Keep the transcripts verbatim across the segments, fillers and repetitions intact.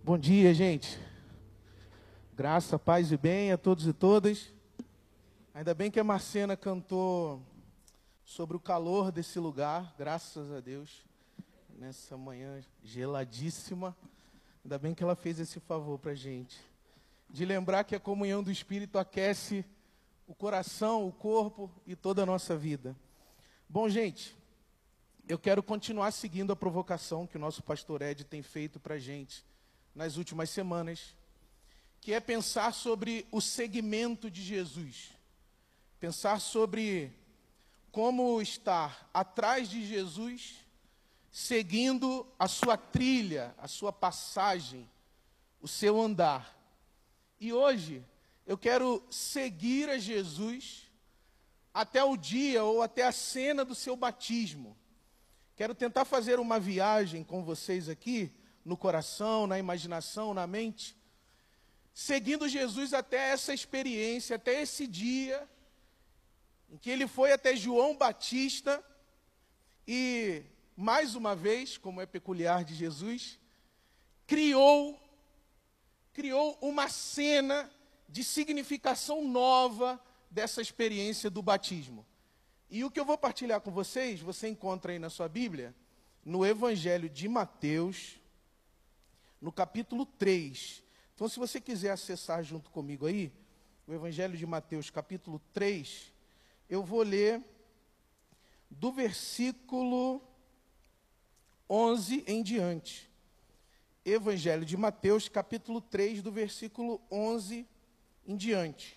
Bom dia, gente. Graça, paz e bem a todos e todas. Ainda bem que a Marcena cantou sobre o calor desse lugar, graças a Deus, nessa manhã geladíssima. Ainda bem que ela fez esse favor para a gente, de lembrar que a comunhão do Espírito aquece o coração, o corpo e toda a nossa vida. Bom, gente, eu quero continuar seguindo a provocação que o nosso pastor Ed tem feito para a gente nas últimas semanas, que é pensar sobre o segmento de Jesus. Pensar sobre como estar atrás de Jesus, seguindo a sua trilha, a sua passagem, o seu andar. E hoje eu quero seguir a Jesus até o dia ou até a cena do seu batismo. Quero tentar fazer uma viagem com vocês aqui, no coração, na imaginação, na mente, seguindo Jesus até essa experiência, até esse dia em que ele foi até João Batista e, mais uma vez, como é peculiar de Jesus, criou, criou uma cena de significação nova dessa experiência do batismo. E o que eu vou partilhar com vocês, você encontra aí na sua Bíblia, no Evangelho de Mateus, no capítulo três. Então, se você quiser acessar junto comigo aí, o Evangelho de Mateus, capítulo três, eu vou ler do versículo onze em diante. Evangelho de Mateus, capítulo três, do versículo onze em diante.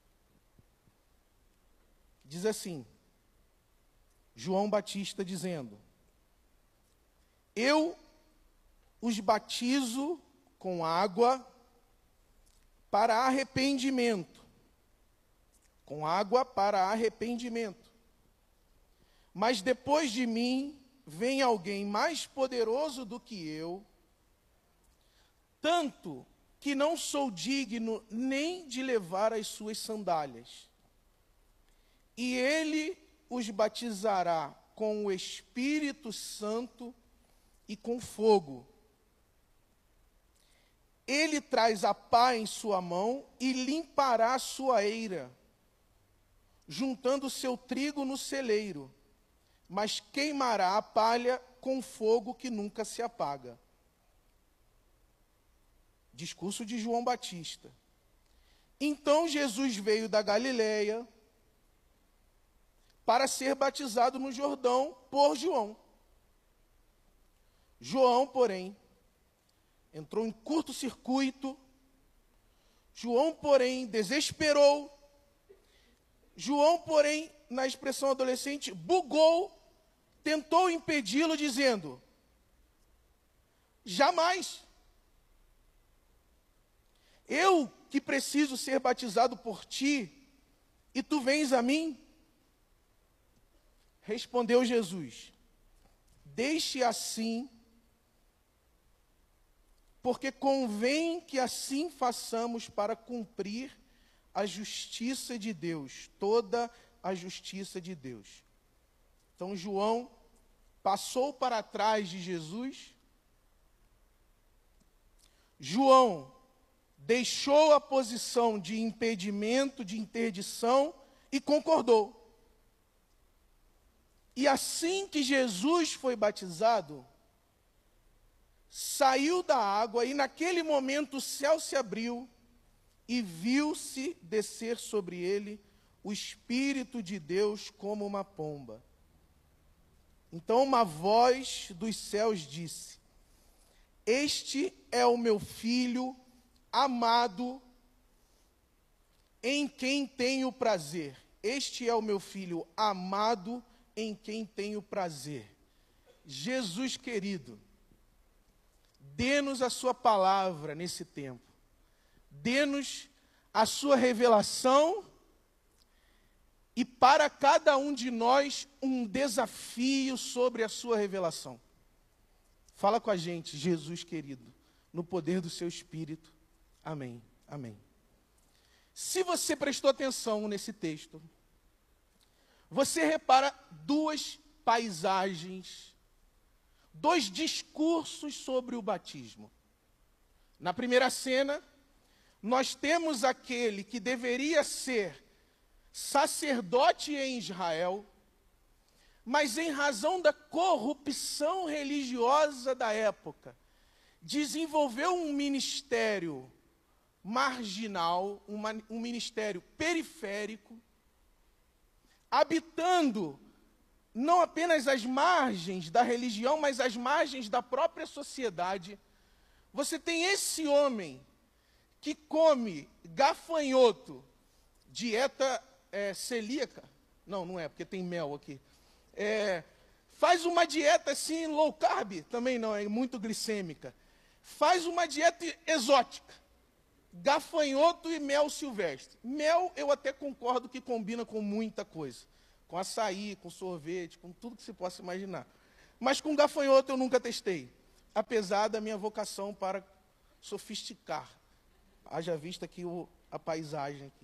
Diz assim, João Batista dizendo: Eu os batizo com água para arrependimento. Com água para arrependimento. Mas depois de mim vem alguém mais poderoso do que eu, tanto que não sou digno nem de levar as suas sandálias. E ele os batizará com o Espírito Santo e com fogo. Ele traz a pá em sua mão e limpará a sua eira, juntando o seu trigo no celeiro, mas queimará a palha com fogo que nunca se apaga. Discurso de João Batista. Então Jesus veio da Galileia para ser batizado no Jordão por João. João, porém, entrou em curto-circuito. João, porém, desesperou. João, porém, na expressão adolescente, bugou, tentou impedi-lo, dizendo: jamais. Eu que preciso ser batizado por ti, e tu vens a mim? Respondeu Jesus: deixe assim, porque convém que assim façamos para cumprir a justiça de Deus, toda a justiça de Deus. Então João passou para trás de Jesus. João deixou a posição de impedimento, de interdição e concordou. E assim que Jesus foi batizado, saiu da água e naquele momento o céu se abriu e viu-se descer sobre ele o Espírito de Deus como uma pomba. Então uma voz dos céus disse: este é o meu filho amado, em quem tenho prazer. Este é o meu filho amado, em quem tenho prazer. Jesus querido, dê-nos a sua palavra nesse tempo. Dê-nos a sua revelação e para cada um de nós um desafio sobre a sua revelação. Fala com a gente, Jesus querido, no poder do seu Espírito. Amém, amém. Se você prestou atenção nesse texto, você repara duas paisagens, dois discursos sobre o batismo. Na primeira cena, nós temos aquele que deveria ser sacerdote em Israel, mas em razão da corrupção religiosa da época, desenvolveu um ministério marginal, uma, um ministério periférico, habitando não apenas as margens da religião, mas as margens da própria sociedade. Você tem esse homem que come gafanhoto, dieta é, celíaca, não, não é, porque tem mel aqui, é, faz uma dieta assim, low carb, também não, é muito glicêmica, faz uma dieta exótica, gafanhoto e mel silvestre. Mel eu até concordo que combina com muita coisa, com açaí, com sorvete, com tudo que você possa imaginar. Mas com gafanhoto eu nunca testei, apesar da minha vocação para sofisticar. Haja vista aqui o, a paisagem aqui.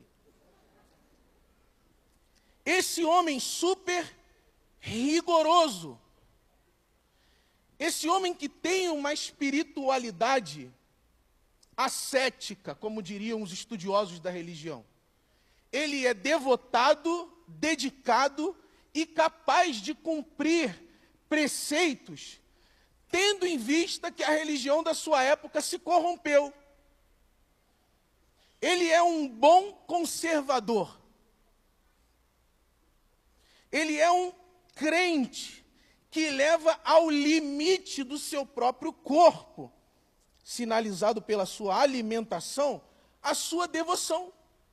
Esse homem super rigoroso, esse homem que tem uma espiritualidade ascética, como diriam os estudiosos da religião. Ele é devotado, dedicado e capaz de cumprir preceitos, tendo em vista que a religião da sua época se corrompeu. Ele é um bom conservador. Ele é um crente que leva ao limite do seu próprio corpo, sinalizado pela sua alimentação, a sua devoção.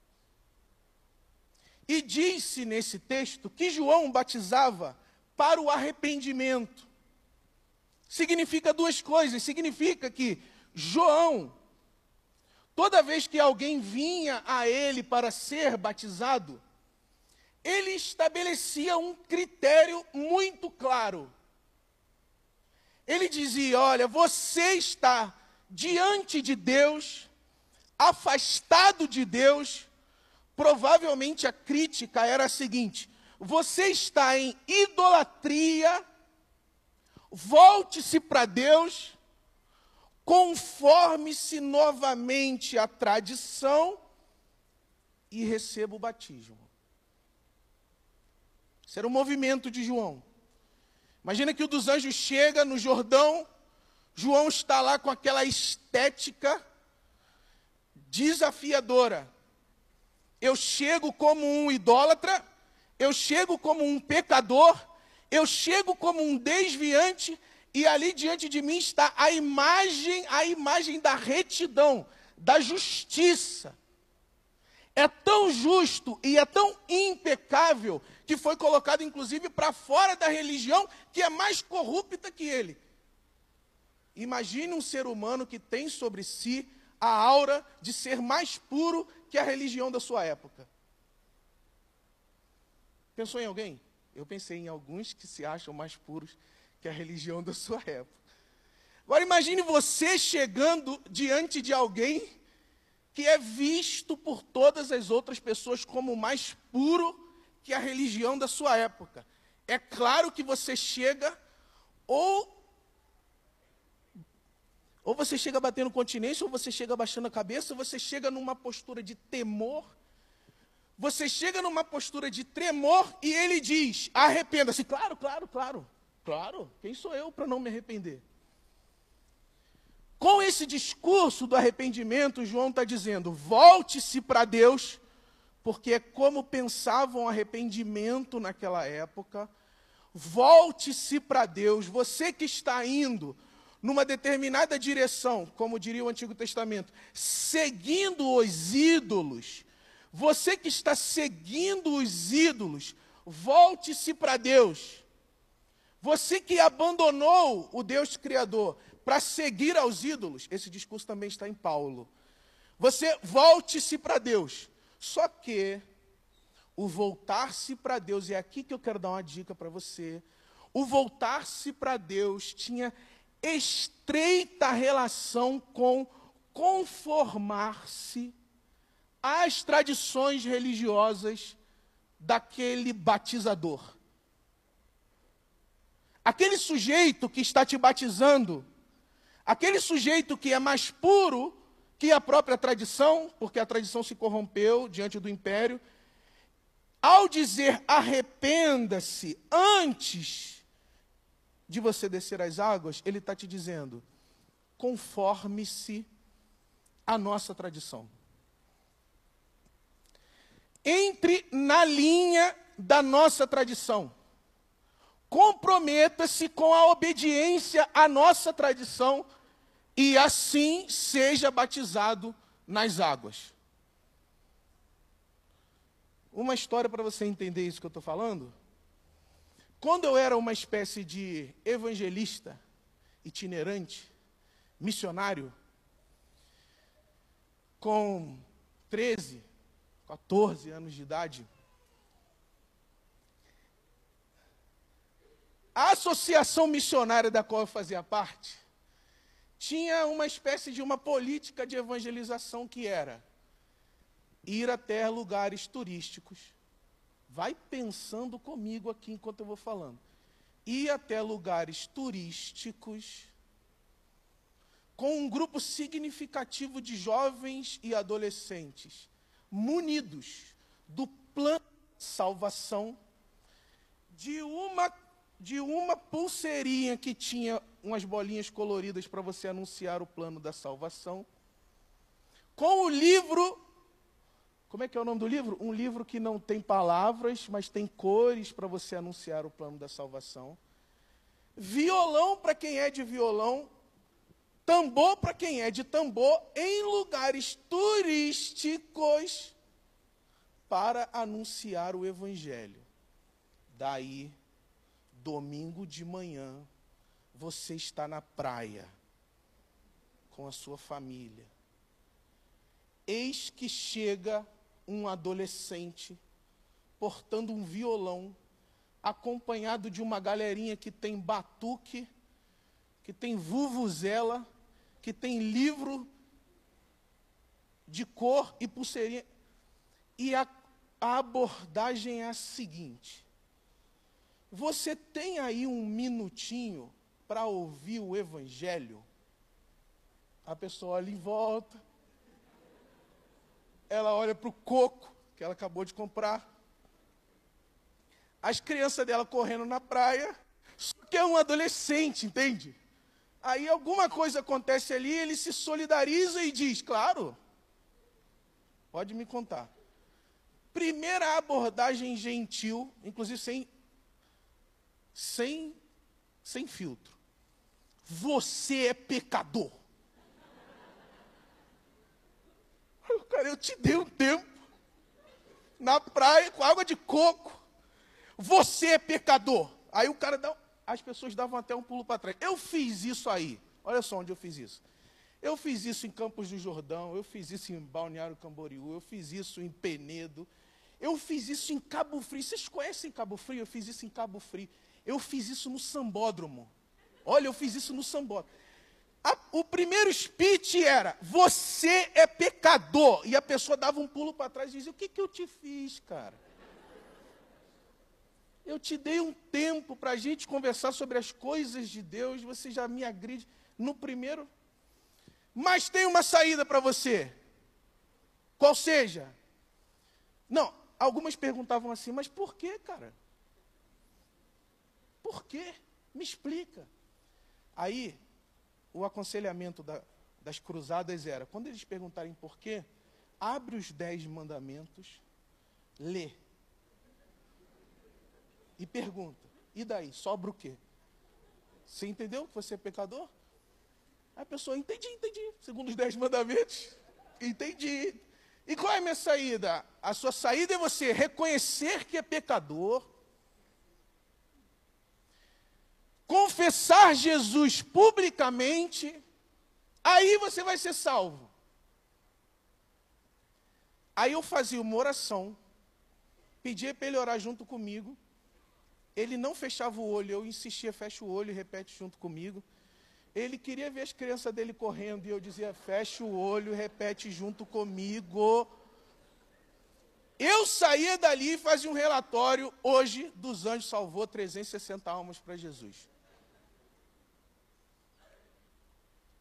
E diz-se nesse texto que João batizava para o arrependimento. Significa duas coisas. Significa que João, toda vez que alguém vinha a ele para ser batizado, ele estabelecia um critério muito claro. Ele dizia, olha, você está diante de Deus, afastado de Deus. Provavelmente a crítica era a seguinte: você está em idolatria, volte-se para Deus, conforme-se novamente à tradição e receba o batismo. Esse era o movimento de João. Imagina que o dos anjos chega no Jordão, João está lá com aquela estética desafiadora. Eu chego como um idólatra, eu chego como um pecador, eu chego como um desviante, e ali diante de mim está a imagem, a imagem da retidão, da justiça. É tão justo e é tão impecável que foi colocado inclusive para fora da religião, que é mais corrupta que ele. Imagine um ser humano que tem sobre si a aura de ser mais puro que a religião da sua época. Pensou em alguém? Eu pensei em alguns que se acham mais puros que a religião da sua época. Agora imagine você chegando diante de alguém que é visto por todas as outras pessoas como mais puro que a religião da sua época. É claro que você chega, ou, ou você chega batendo continência, ou você chega abaixando a cabeça, ou você chega numa postura de temor. Você chega numa postura de tremor e ele diz, arrependa-se. Claro, claro, claro, claro. Quem sou eu para não me arrepender? Com esse discurso do arrependimento, João está dizendo, volte-se para Deus, porque é como pensavam arrependimento naquela época. Volte-se para Deus, você que está indo numa determinada direção, como diria o Antigo Testamento, seguindo os ídolos, você que está seguindo os ídolos, volte-se para Deus. Você que abandonou o Deus Criador para seguir aos ídolos, esse discurso também está em Paulo. Você volte-se para Deus. Só que o voltar-se para Deus, e é aqui que eu quero dar uma dica para você, o voltar-se para Deus tinha estreita relação com conformar-se às tradições religiosas daquele batizador. Aquele sujeito que está te batizando, Aquele sujeito que é mais puro que a própria tradição, porque a tradição se corrompeu diante do império, ao dizer arrependa-se antes de você descer as águas, ele está te dizendo, conforme-se à nossa tradição. Entre na linha da nossa tradição. Comprometa-se com a obediência à nossa tradição e assim seja batizado nas águas. Uma história para você entender isso que eu estou falando. Quando eu era uma espécie de evangelista, itinerante, missionário, com treze, quatorze anos de idade, a associação missionária da qual eu fazia parte, tinha uma espécie de uma política de evangelização que era ir até lugares turísticos. Vai pensando comigo aqui enquanto eu vou falando. Ir até lugares turísticos com um grupo significativo de jovens e adolescentes munidos do plano de salvação, de uma, de uma pulseirinha que tinha umas bolinhas coloridas para você anunciar o plano da salvação, com o livro, como é que é o nome do livro? Um livro que não tem palavras, mas tem cores para você anunciar o plano da salvação, violão para quem é de violão, tambor para quem é de tambor, em lugares turísticos para anunciar o evangelho. Daí, domingo de manhã, você está na praia com a sua família. Eis que chega um adolescente portando um violão, acompanhado de uma galerinha que tem batuque, que tem vuvuzela, que tem livro de cor e pulseirinha. E a, a abordagem é a seguinte: você tem aí um minutinho para ouvir o evangelho? A pessoa olha em volta, ela olha para o coco que ela acabou de comprar, as crianças dela correndo na praia, só que é um adolescente, entende? Aí alguma coisa acontece ali, ele se solidariza e diz, claro, pode me contar. Primeira abordagem gentil, inclusive sem, sem, sem filtro. Você é pecador. Cara, eu te dei um tempo na praia com água de coco. Você é pecador. Aí o cara dá, as pessoas davam até um pulo para trás. Eu fiz isso aí. Olha só onde eu fiz isso. Eu fiz isso em Campos do Jordão, eu fiz isso em Balneário Camboriú, eu fiz isso em Penedo, eu fiz isso em Cabo Frio. Vocês conhecem Cabo Frio? Eu fiz isso em Cabo Frio. Eu fiz isso no Sambódromo. Olha, eu fiz isso no Sambódromo. A, o primeiro speech era, você é pecador. E a pessoa dava um pulo para trás e dizia, o que, que eu te fiz, cara? Eu te dei um tempo para a gente conversar sobre as coisas de Deus, você já me agride no primeiro. Mas tem uma saída para você. Qual seja? Não, algumas perguntavam assim, mas por quê, cara? Por quê? Me explica. Aí, o aconselhamento da, das cruzadas era, quando eles perguntarem por quê, abre os dez mandamentos, lê. E pergunta, e daí, sobra o quê? Você entendeu que você é pecador? Aí a pessoa, entendi, entendi. Segundo os dez mandamentos, entendi. E qual é a minha saída? A sua saída é você reconhecer que é pecador, confessar Jesus publicamente, aí você vai ser salvo. Aí eu fazia uma oração, pedia para ele orar junto comigo, ele não fechava o olho, eu insistia, fecha o olho e repete junto comigo. Ele queria ver as crianças dele correndo, e eu dizia, fecha o olho e repete junto comigo. Eu saía dali e fazia um relatório, hoje, dos anjos salvou trezentas e sessenta almas para Jesus.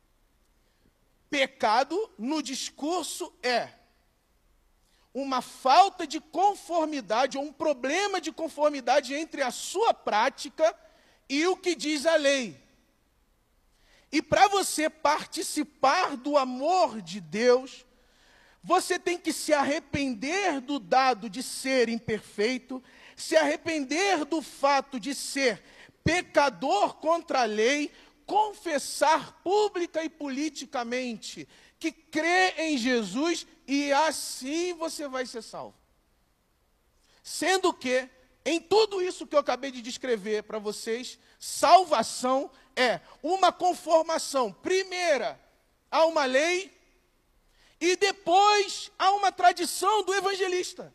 Pecado no discurso é uma falta de conformidade, ou um problema de conformidade entre a sua prática e o que diz a lei. E para você participar do amor de Deus, você tem que se arrepender do dado de ser imperfeito, se arrepender do fato de ser pecador contra a lei, confessar pública e politicamente que crê em Jesus, e assim você vai ser salvo. Sendo que, em tudo isso que eu acabei de descrever para vocês, salvação é uma conformação, primeira, a uma lei, e depois a uma tradição do evangelista.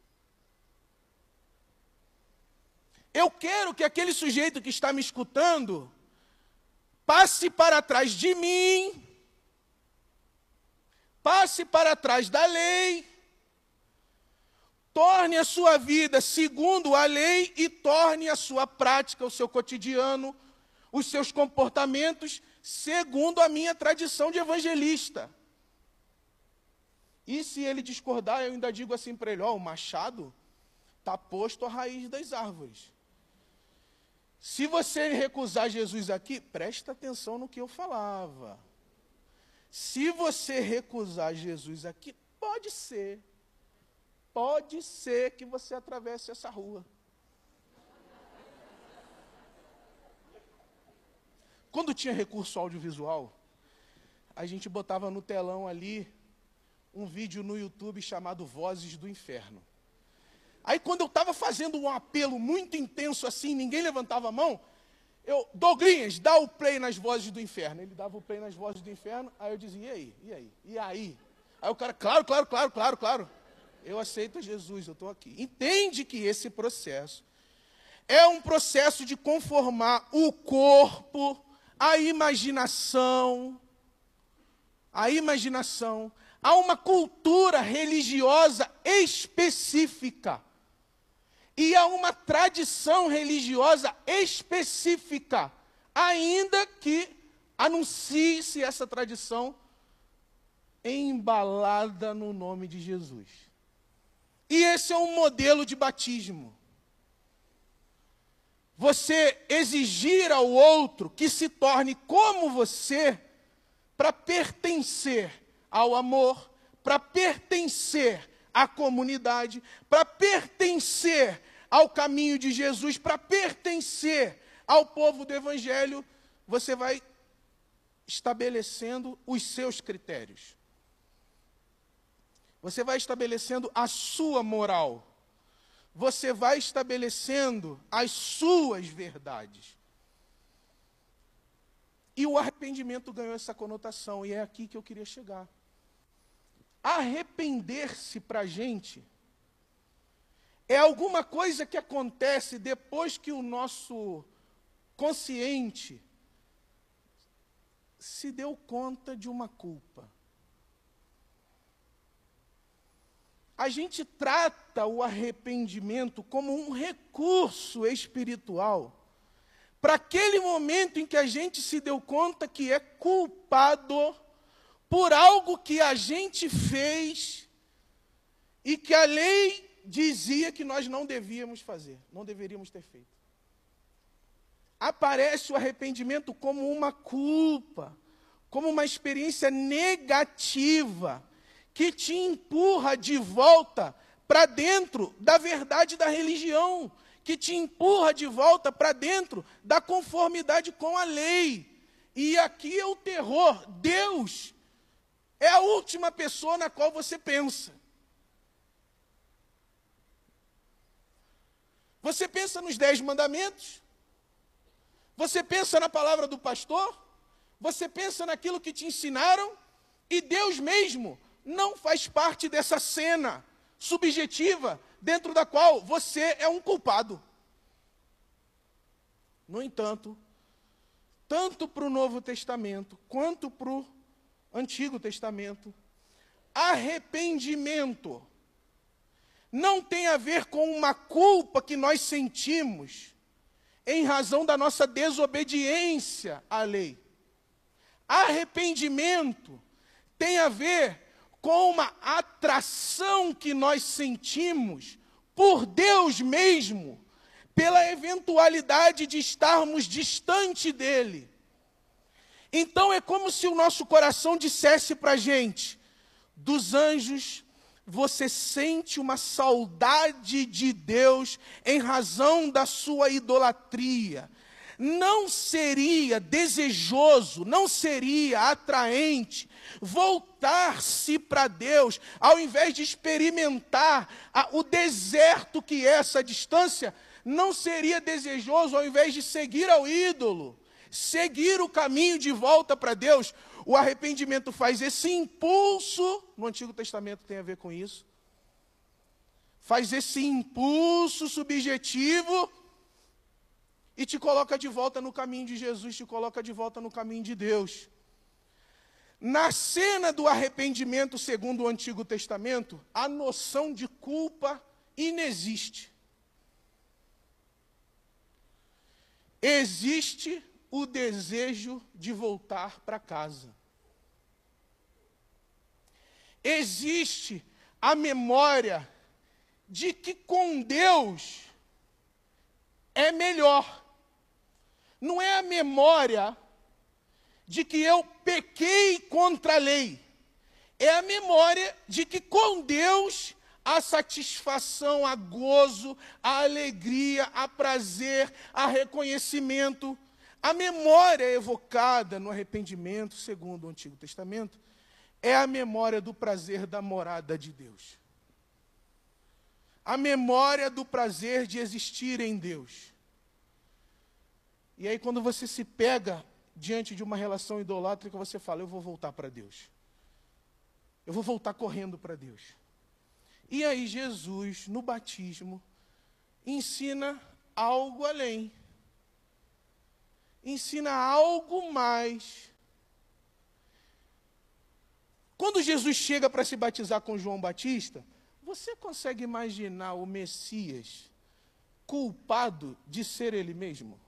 Eu quero que aquele sujeito que está me escutando passe para trás de mim, passe para trás da lei, torne a sua vida segundo a lei e torne a sua prática, o seu cotidiano, os seus comportamentos segundo a minha tradição de evangelista. E se ele discordar, eu ainda digo assim para ele, ó, o machado está posto à raiz das árvores. Se você recusar Jesus aqui, presta atenção no que eu falava. Se você recusar Jesus aqui, pode ser, pode ser que você atravesse essa rua. Quando tinha recurso audiovisual, a gente botava no telão ali um vídeo no YouTube chamado Vozes do Inferno. Aí quando eu estava fazendo um apelo muito intenso assim, ninguém levantava a mão, eu, Douglinhas, dá o play nas Vozes do Inferno. Ele dava o play nas Vozes do Inferno, aí eu dizia, e aí, e aí, e aí? Aí o cara, claro, claro, claro, claro, claro. Eu aceito Jesus, eu estou aqui. Entende que esse processo é um processo de conformar o corpo, a imaginação, a imaginação, a uma cultura religiosa específica e a uma tradição religiosa específica, ainda que anuncie-se essa tradição embalada no nome de Jesus. E esse é um modelo de batismo. Você exigir ao outro que se torne como você para pertencer ao amor, para pertencer à comunidade, para pertencer ao caminho de Jesus, para pertencer ao povo do Evangelho, você vai estabelecendo os seus critérios. Você vai estabelecendo a sua moral. Você vai estabelecendo as suas verdades. E o arrependimento ganhou essa conotação, e é aqui que eu queria chegar. Arrepender-se para a gente é alguma coisa que acontece depois que o nosso consciente se deu conta de uma culpa. A gente trata o arrependimento como um recurso espiritual para aquele momento em que a gente se deu conta que é culpado por algo que a gente fez e que a lei dizia que nós não devíamos fazer, não deveríamos ter feito. Aparece o arrependimento como uma culpa, como uma experiência negativa, que te empurra de volta para dentro da verdade da religião, que te empurra de volta para dentro da conformidade com a lei. E aqui é o terror. Deus é a última pessoa na qual você pensa. Você pensa nos dez mandamentos? Você pensa na palavra do pastor? Você pensa naquilo que te ensinaram? E Deus mesmo não faz parte dessa cena subjetiva dentro da qual você é um culpado. No entanto, tanto para o Novo Testamento quanto para o Antigo Testamento, arrependimento não tem a ver com uma culpa que nós sentimos em razão da nossa desobediência à lei. Arrependimento tem a ver com uma atração que nós sentimos por Deus mesmo, pela eventualidade de estarmos distante dele. Então é como se o nosso coração dissesse para a gente: dos anjos, você sente uma saudade de Deus em razão da sua idolatria. Não seria desejoso, não seria atraente voltar-se para Deus, ao invés de experimentar a, o deserto que é essa distância? Não seria desejoso, ao invés de seguir ao ídolo, seguir o caminho de volta para Deus? O arrependimento faz esse impulso, no Antigo Testamento tem a ver com isso, faz esse impulso subjetivo e te coloca de volta no caminho de Jesus, te coloca de volta no caminho de Deus. Na cena do arrependimento, segundo o Antigo Testamento, a noção de culpa inexiste. Existe o desejo de voltar para casa. Existe a memória de que com Deus é melhor. Não é a memória de que eu pequei contra a lei. É a memória de que com Deus há satisfação, há gozo, há alegria, há prazer, há reconhecimento. A memória evocada no arrependimento, segundo o Antigo Testamento, é a memória do prazer da morada de Deus. A memória do prazer de existir em Deus. E aí, quando você se pega diante de uma relação idolátrica, você fala: eu vou voltar para Deus. Eu vou voltar correndo para Deus. E aí Jesus, no batismo, ensina algo além. Ensina algo mais. Quando Jesus chega para se batizar com João Batista, você consegue imaginar o Messias culpado de ser ele mesmo?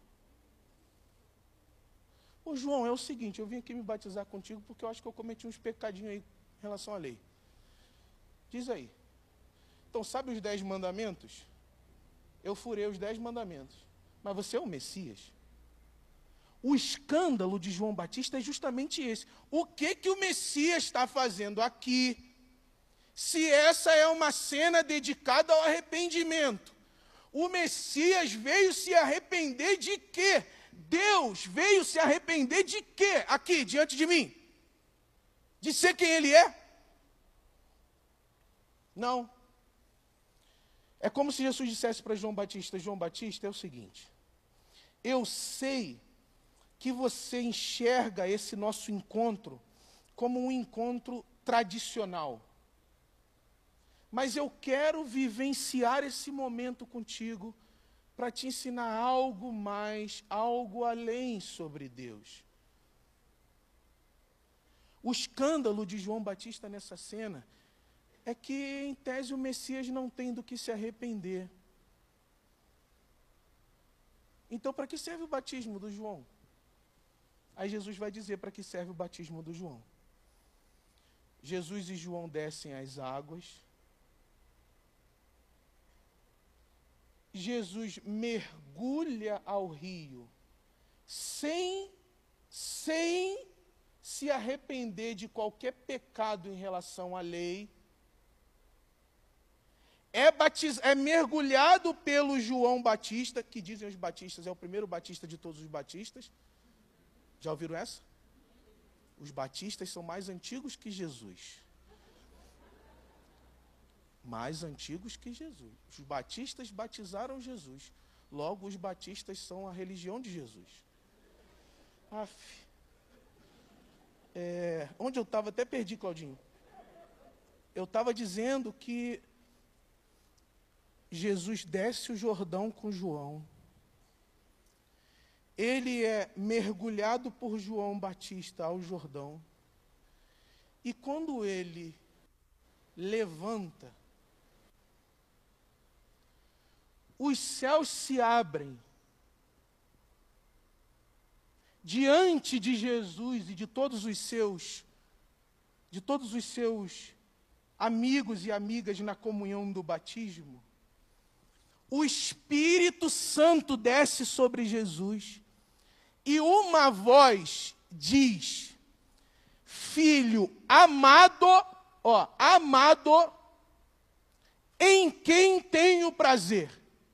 Ô João, é o seguinte, eu vim aqui me batizar contigo porque eu acho que eu cometi uns pecadinhos aí em relação à lei. Diz aí. Então, sabe os dez mandamentos? Eu furei os dez mandamentos. Mas você é o Messias. O escândalo de João Batista é justamente esse. O que que o Messias está fazendo aqui? Se essa é uma cena dedicada ao arrependimento. O Messias veio se arrepender de quê? Deus veio se arrepender de quê? Aqui, diante de mim? De ser quem ele é? Não. É como se Jesus dissesse para João Batista: João Batista, é o seguinte, eu sei que você enxerga esse nosso encontro como um encontro tradicional. Mas eu quero vivenciar esse momento contigo para te ensinar algo mais, algo além sobre Deus. O escândalo de João Batista nessa cena é que, em tese, o Messias não tem do que se arrepender. Então, para que serve o batismo do João? Aí Jesus vai dizer para que serve o batismo do João. Jesus e João descem as águas. Jesus mergulha ao rio sem, sem se arrepender de qualquer pecado em relação à lei. É, batiz, é mergulhado pelo João Batista, que dizem os batistas, é o primeiro batista de todos os batistas. Já ouviram essa? Os batistas são mais antigos que Jesus. Mais antigos que Jesus. Os batistas batizaram Jesus. Logo, os batistas são a religião de Jesus. Aff. É, onde eu estava, até perdi, Claudinho. Eu estava dizendo que Jesus desce o Jordão com João. Ele é mergulhado por João Batista ao Jordão. E quando ele levanta, os céus se abrem diante de Jesus e de todos os seus de todos os seus amigos e amigas na comunhão do batismo, o Espírito Santo desce sobre Jesus e uma voz diz: Filho amado, ó, amado, em quem tenho prazer.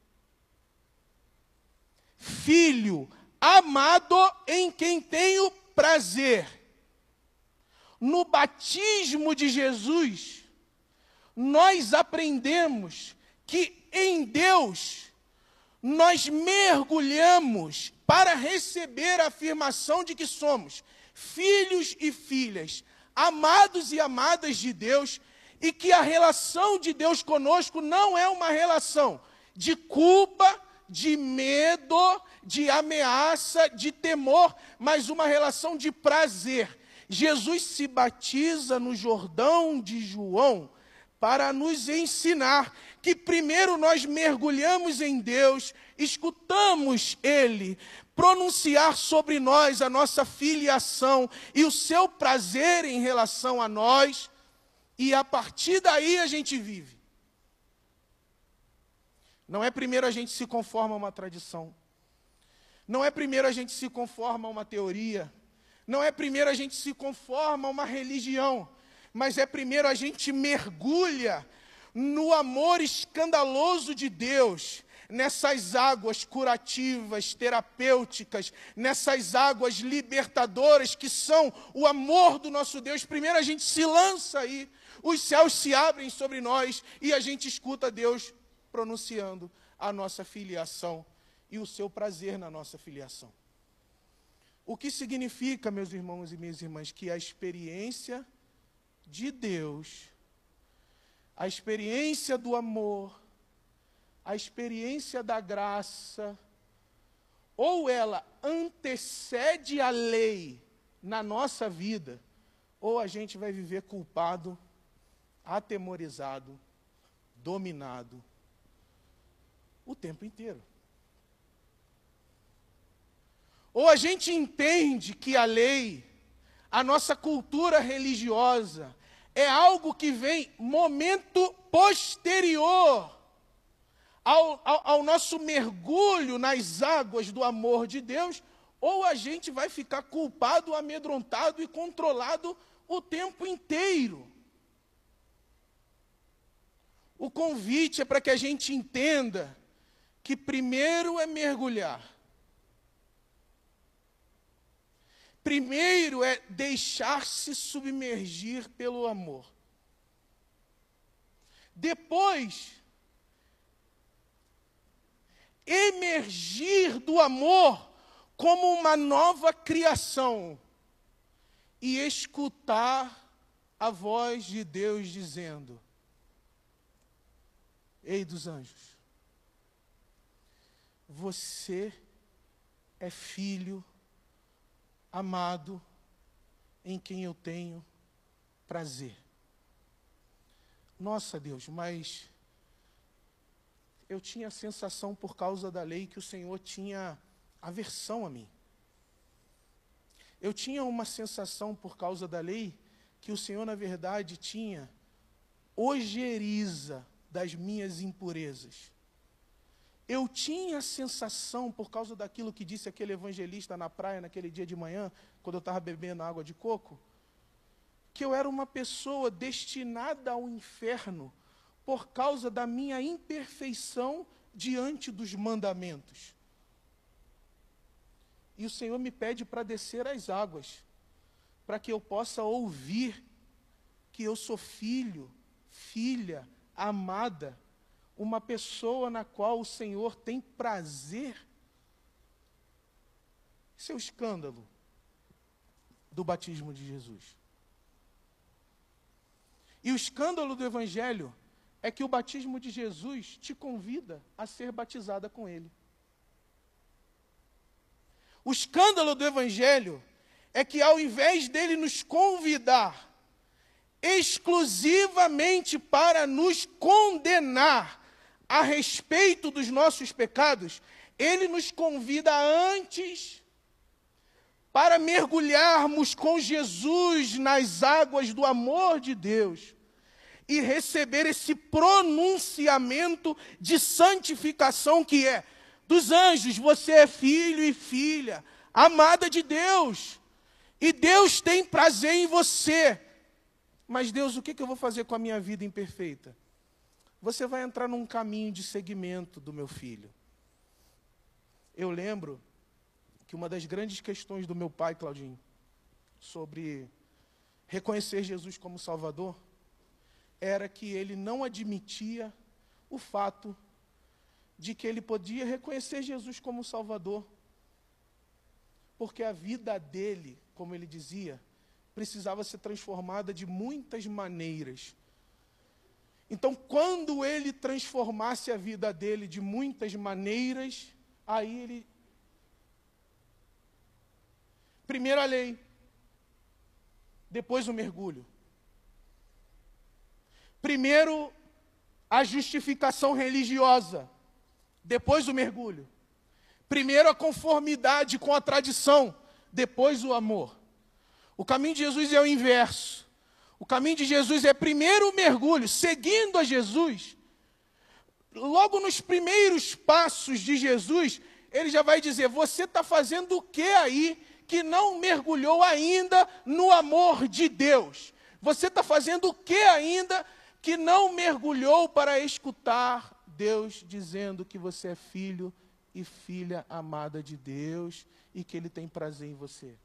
Filho amado, em quem tenho prazer. No batismo de Jesus, nós aprendemos que em Deus nós mergulhamos para receber a afirmação de que somos filhos e filhas, amados e amadas de Deus, e que a relação de Deus conosco não é uma relação de culpa, de medo, de ameaça, de temor, mas uma relação de prazer. Jesus se batiza no Jordão de João para nos ensinar que primeiro nós mergulhamos em Deus, escutamos Ele pronunciar sobre nós a nossa filiação e o seu prazer em relação a nós, e a partir daí a gente vive. Não é primeiro a gente se conforma a uma tradição. Não é primeiro a gente se conforma a uma teoria. Não é primeiro a gente se conforma a uma religião. Mas é primeiro a gente mergulha no amor escandaloso de Deus, nessas águas curativas, terapêuticas, nessas águas libertadoras que são o amor do nosso Deus. Primeiro a gente se lança aí, os céus se abrem sobre nós e a gente escuta Deus pronunciando a nossa filiação e o seu prazer na nossa filiação. O que significa, meus irmãos e minhas irmãs, que a experiência de Deus, a experiência do amor, a experiência da graça, ou ela antecede a lei na nossa vida, ou a gente vai viver culpado, atemorizado, dominado, o tempo inteiro. Ou a gente entende que a lei, a nossa cultura religiosa, é algo que vem momento posterior ao, ao, ao nosso mergulho nas águas do amor de Deus, ou a gente vai ficar culpado, amedrontado e controlado o tempo inteiro. O convite é para que a gente entenda que primeiro é mergulhar. Primeiro é deixar-se submergir pelo amor. Depois, emergir do amor como uma nova criação e escutar a voz de Deus dizendo: Ei dos anjos, você é filho amado, em quem eu tenho prazer. Nossa, Deus, mas eu tinha a sensação, por causa da lei, que o Senhor tinha aversão a mim. Eu tinha uma sensação, por causa da lei, que o Senhor, na verdade, tinha ojeriza das minhas impurezas. Eu tinha a sensação, por causa daquilo que disse aquele evangelista na praia, naquele dia de manhã, quando eu estava bebendo água de coco, que eu era uma pessoa destinada ao inferno por causa da minha imperfeição diante dos mandamentos. E o Senhor me pede para descer as águas, para que eu possa ouvir que eu sou filho, filha, amada, uma pessoa na qual o Senhor tem prazer. Esse é o escândalo do batismo de Jesus. E o escândalo do Evangelho é que o batismo de Jesus te convida a ser batizada com Ele. O escândalo do Evangelho é que, ao invés dele nos convidar exclusivamente para nos condenar a respeito dos nossos pecados, ele nos convida antes para mergulharmos com Jesus nas águas do amor de Deus e receber esse pronunciamento de santificação que é dos anjos. Você é filho e filha, amada de Deus, e Deus tem prazer em você. Mas Deus, o que eu vou fazer com a minha vida imperfeita? Você vai entrar num caminho de seguimento do meu filho. Eu lembro que uma das grandes questões do meu pai, Claudinho, sobre reconhecer Jesus como Salvador, era que ele não admitia o fato de que ele podia reconhecer Jesus como Salvador, porque a vida dele, como ele dizia, precisava ser transformada de muitas maneiras. Então, quando ele transformasse a vida dele de muitas maneiras, aí ele... Primeiro a lei, depois o mergulho. Primeiro a justificação religiosa, depois o mergulho. Primeiro a conformidade com a tradição, depois o amor. O caminho de Jesus é o inverso. O caminho de Jesus é primeiro o mergulho, seguindo a Jesus. Logo nos primeiros passos de Jesus, ele já vai dizer, você está fazendo o que aí que não mergulhou ainda no amor de Deus? Você está fazendo o que ainda que não mergulhou para escutar Deus dizendo que você é filho e filha amada de Deus e que Ele tem prazer em você?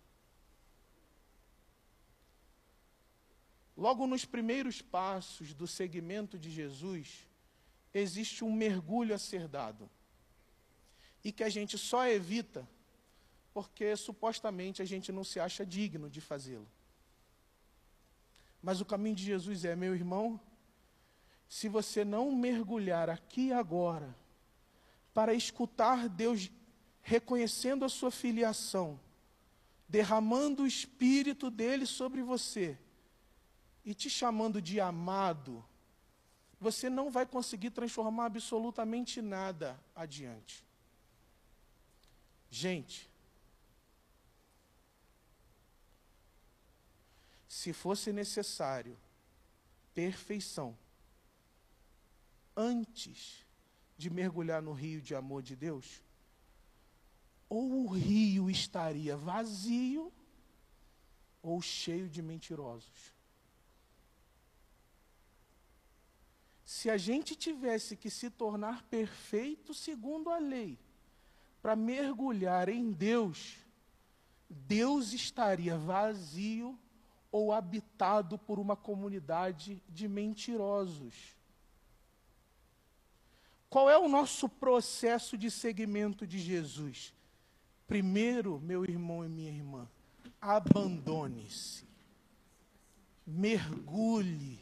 Logo nos primeiros passos do seguimento de Jesus, existe um mergulho a ser dado. E que a gente só evita porque supostamente a gente não se acha digno de fazê-lo. Mas o caminho de Jesus é, meu irmão, se você não mergulhar aqui e agora, para escutar Deus reconhecendo a sua filiação, derramando o Espírito dele sobre você, e te chamando de amado, você não vai conseguir transformar absolutamente nada adiante. Gente, se fosse necessário perfeição antes de mergulhar no rio de amor de Deus, ou o rio estaria vazio ou cheio de mentirosos. Se a gente tivesse que se tornar perfeito segundo a lei, para mergulhar em Deus, Deus estaria vazio ou habitado por uma comunidade de mentirosos. Qual é o nosso processo de seguimento de Jesus? Primeiro, meu irmão e minha irmã, abandone-se, mergulhe,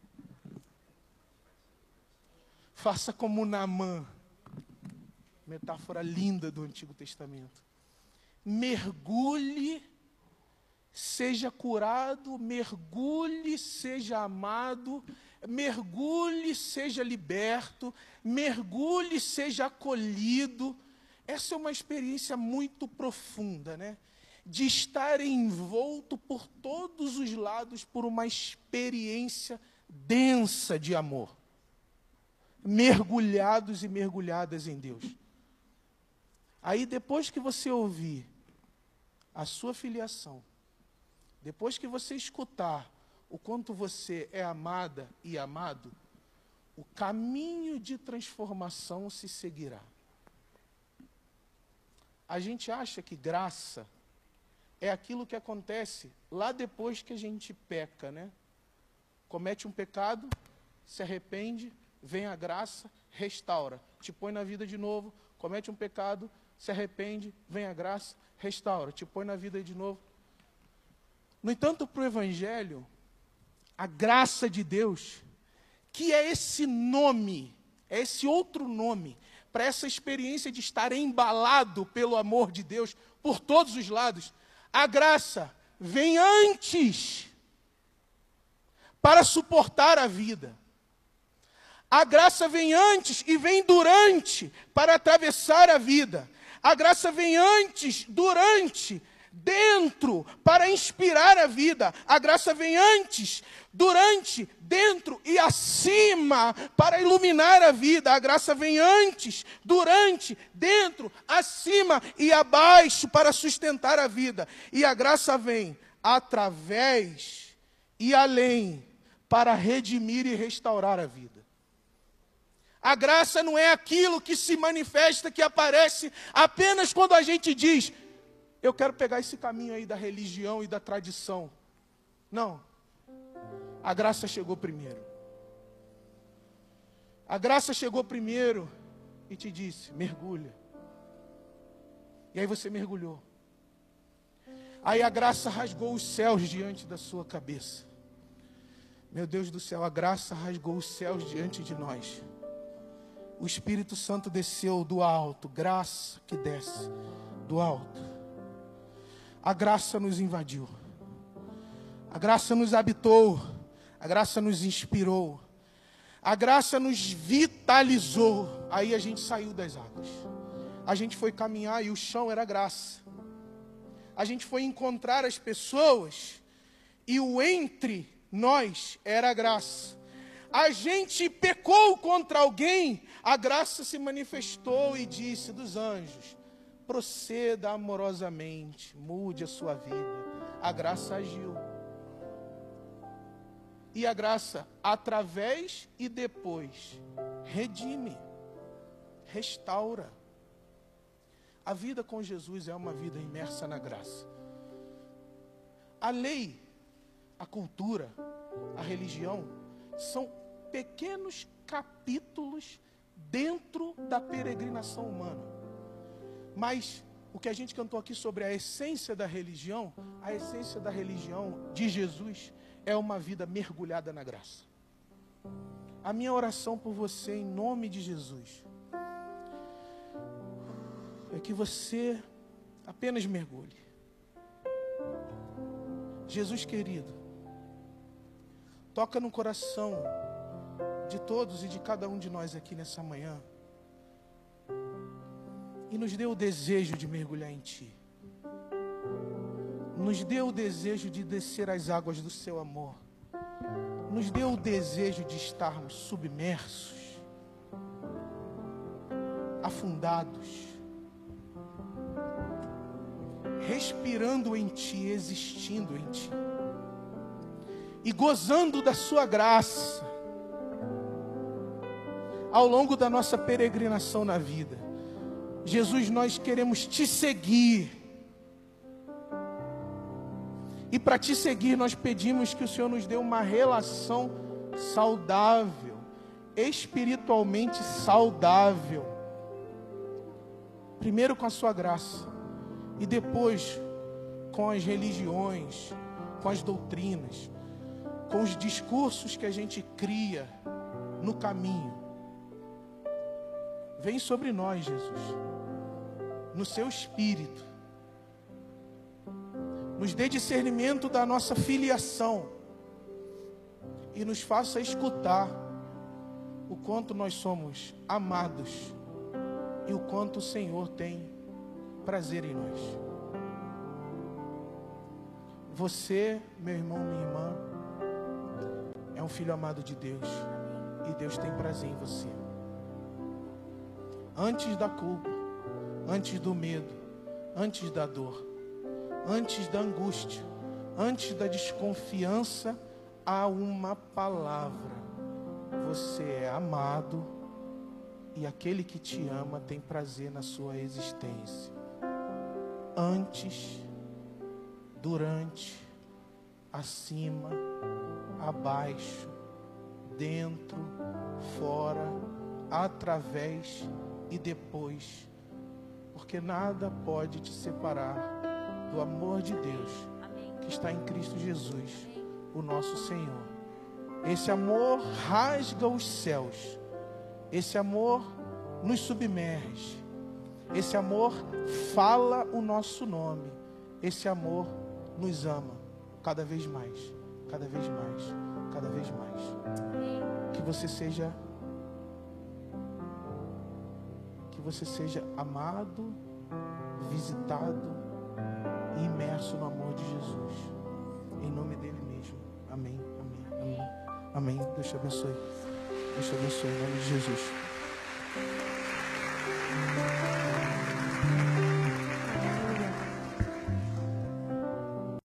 faça como Naamã, metáfora linda do Antigo Testamento. Mergulhe, seja curado, mergulhe, seja amado, mergulhe, seja liberto, mergulhe, seja acolhido. Essa é uma experiência muito profunda, né? De estar envolto por todos os lados por uma experiência densa de amor. Mergulhados e mergulhadas em Deus. Aí depois que você ouvir a sua filiação, depois que você escutar o quanto você é amada e amado, o caminho de transformação se seguirá. A gente acha que graça é aquilo que acontece lá depois que a gente peca, né? Comete um pecado, se arrepende, vem a graça, restaura, te põe na vida de novo, comete um pecado, se arrepende, vem a graça, restaura, te põe na vida de novo. No entanto, para o Evangelho, a graça de Deus, que é esse nome, é esse outro nome, para essa experiência de estar embalado pelo amor de Deus, por todos os lados, a graça vem antes, para suportar a vida. A graça vem antes e vem durante, para atravessar a vida. A graça vem antes, durante, dentro para inspirar a vida. A graça vem antes, durante, dentro e acima para iluminar a vida. A graça vem antes, durante, dentro, acima e abaixo para sustentar a vida. E a graça vem através e além para redimir e restaurar a vida. A graça não é aquilo que se manifesta, que aparece apenas quando a gente diz: eu quero pegar esse caminho aí da religião e da tradição. Não. A graça chegou primeiro. A graça chegou primeiro e te disse: mergulha. E aí você mergulhou. Aí a graça rasgou os céus diante da sua cabeça. Meu Deus do céu, a graça rasgou os céus diante de nós. O Espírito Santo desceu do alto, graça que desce do alto. A graça nos invadiu. A graça nos habitou. A graça nos inspirou. A graça nos vitalizou. Aí a gente saiu das águas. A gente foi caminhar e o chão era graça. A gente foi encontrar as pessoas e o entre nós era graça. A gente pecou contra alguém, a graça se manifestou e disse dos anjos: proceda amorosamente, mude a sua vida. A graça agiu. E a graça, através e depois, redime, restaura. A vida com Jesus é uma vida imersa na graça. A lei, a cultura, a religião são pequenos capítulos dentro da peregrinação humana. Mas o que a gente cantou aqui sobre a essência da religião, a essência da religião de Jesus é uma vida mergulhada na graça. A minha oração por você, em nome de Jesus, é que você apenas mergulhe. Jesus querido, toca no coração de todos e de cada um de nós aqui nessa manhã e nos dê o desejo de mergulhar em Ti. Nos dê o desejo de descer as águas do Seu amor. Nos dê o desejo de estarmos submersos, afundados, respirando em Ti, existindo em Ti e gozando da Sua graça ao longo da nossa peregrinação na vida. Jesus, nós queremos Te seguir. E para Te seguir, nós pedimos que o Senhor nos dê uma relação saudável, espiritualmente saudável. Primeiro com a Sua graça, e depois com as religiões, com as doutrinas, com os discursos que a gente cria no caminho. Vem sobre nós, Jesus, no Seu Espírito. Nos dê discernimento da nossa filiação e nos faça escutar o quanto nós somos amados e o quanto o Senhor tem prazer em nós. Você, meu irmão, minha irmã, é um filho amado de Deus e Deus tem prazer em você. Antes da culpa, antes do medo, antes da dor, antes da angústia, antes da desconfiança, há uma palavra: você é amado e aquele que te ama tem prazer na sua existência. Antes, durante, acima, abaixo, dentro, fora, através e depois, porque nada pode te separar do amor de Deus que está em Cristo Jesus, o nosso Senhor. Esse amor rasga os céus, esse amor nos submerge, esse amor fala o nosso nome, esse amor nos ama cada vez mais, cada vez mais, cada vez mais. Que você seja que você seja amado, visitado e imerso no amor de Jesus. Em nome dele mesmo. Amém, amém, amém. Amém. Deus te abençoe. Deus te abençoe em nome de Jesus.